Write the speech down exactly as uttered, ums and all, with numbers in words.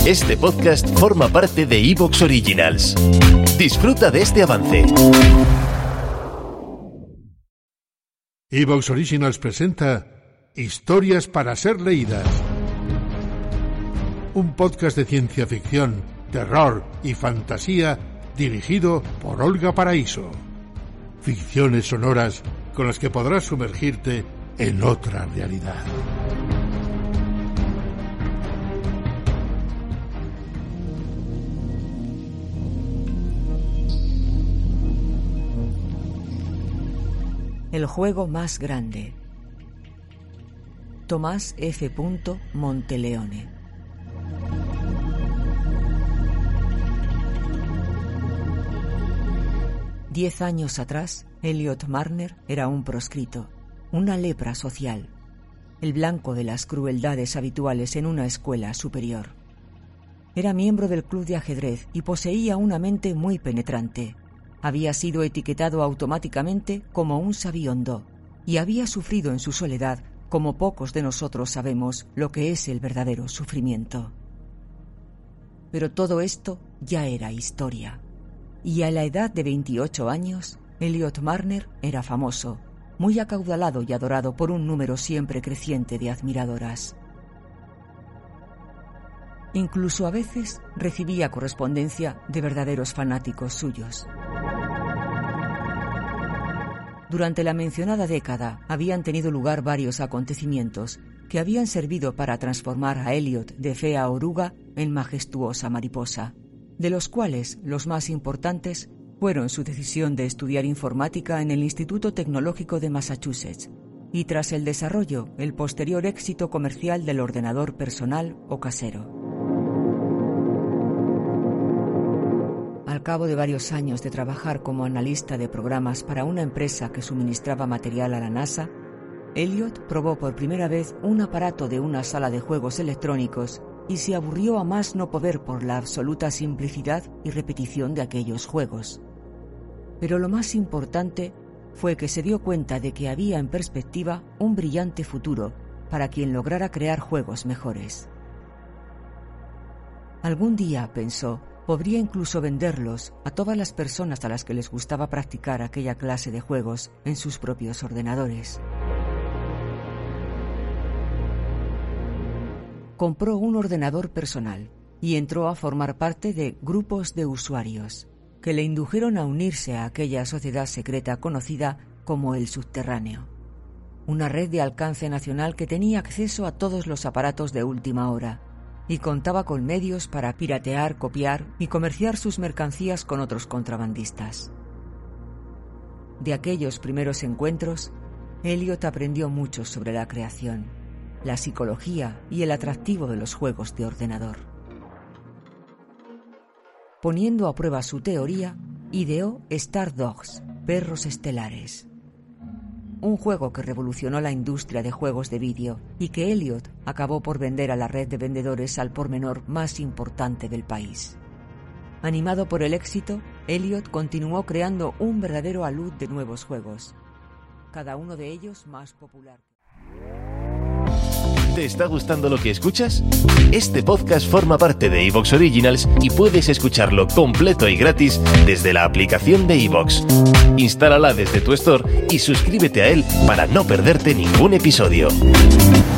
Este podcast forma parte de iVoox Originals. Disfruta de este avance. iVoox Originals presenta Historias para ser leídas. Un podcast de ciencia ficción, terror y fantasía dirigido por Olga Paraíso. Ficciones sonoras con las que podrás sumergirte en otra realidad. El juego más grande. Tomás F. Monteleone. Diez años atrás, Elliot Marner era un proscrito, una lepra social, el blanco de las crueldades habituales en una escuela superior. Era miembro del club de ajedrez y poseía una mente muy penetrante. Había sido etiquetado automáticamente como un sabiondo y había sufrido en su soledad, como pocos de nosotros sabemos, lo que es el verdadero sufrimiento. Pero todo esto ya era historia. Y a la edad de veintiocho años, Elliot Marner era famoso, muy acaudalado y adorado por un número siempre creciente de admiradoras. Incluso a veces recibía correspondencia de verdaderos fanáticos suyos. Durante la mencionada década habían tenido lugar varios acontecimientos que habían servido para transformar a Elliot de fea oruga en majestuosa mariposa, de los cuales los más importantes fueron su decisión de estudiar informática en el Instituto Tecnológico de Massachusetts y, tras el desarrollo, el posterior éxito comercial del ordenador personal o casero. Al cabo de varios años de trabajar como analista de programas para una empresa que suministraba material a la NASA, Elliot probó por primera vez un aparato de una sala de juegos electrónicos y se aburrió a más no poder por la absoluta simplicidad y repetición de aquellos juegos. Pero lo más importante fue que se dio cuenta de que había en perspectiva un brillante futuro para quien lograra crear juegos mejores. Algún día, pensó, podría incluso venderlos a todas las personas a las que les gustaba practicar aquella clase de juegos en sus propios ordenadores. Compró un ordenador personal y entró a formar parte de grupos de usuarios que le indujeron a unirse a aquella sociedad secreta conocida como el Subterráneo, una red de alcance nacional que tenía acceso a todos los aparatos de última hora y contaba con medios para piratear, copiar y comerciar sus mercancías con otros contrabandistas. De aquellos primeros encuentros, Elliot aprendió mucho sobre la creación, la psicología y el atractivo de los juegos de ordenador. Poniendo a prueba su teoría, ideó Star Dogs, Perros Estelares, un juego que revolucionó la industria de juegos de vídeo y que Elliot acabó por vender a la red de vendedores al por menor más importante del país. Animado por el éxito, Elliot continuó creando un verdadero alud de nuevos juegos, cada uno de ellos más popular. ¿Te está gustando lo que escuchas? Este podcast forma parte de iVoox Originals y puedes escucharlo completo y gratis desde la aplicación de iVoox. Instálala desde tu store y suscríbete a él para no perderte ningún episodio.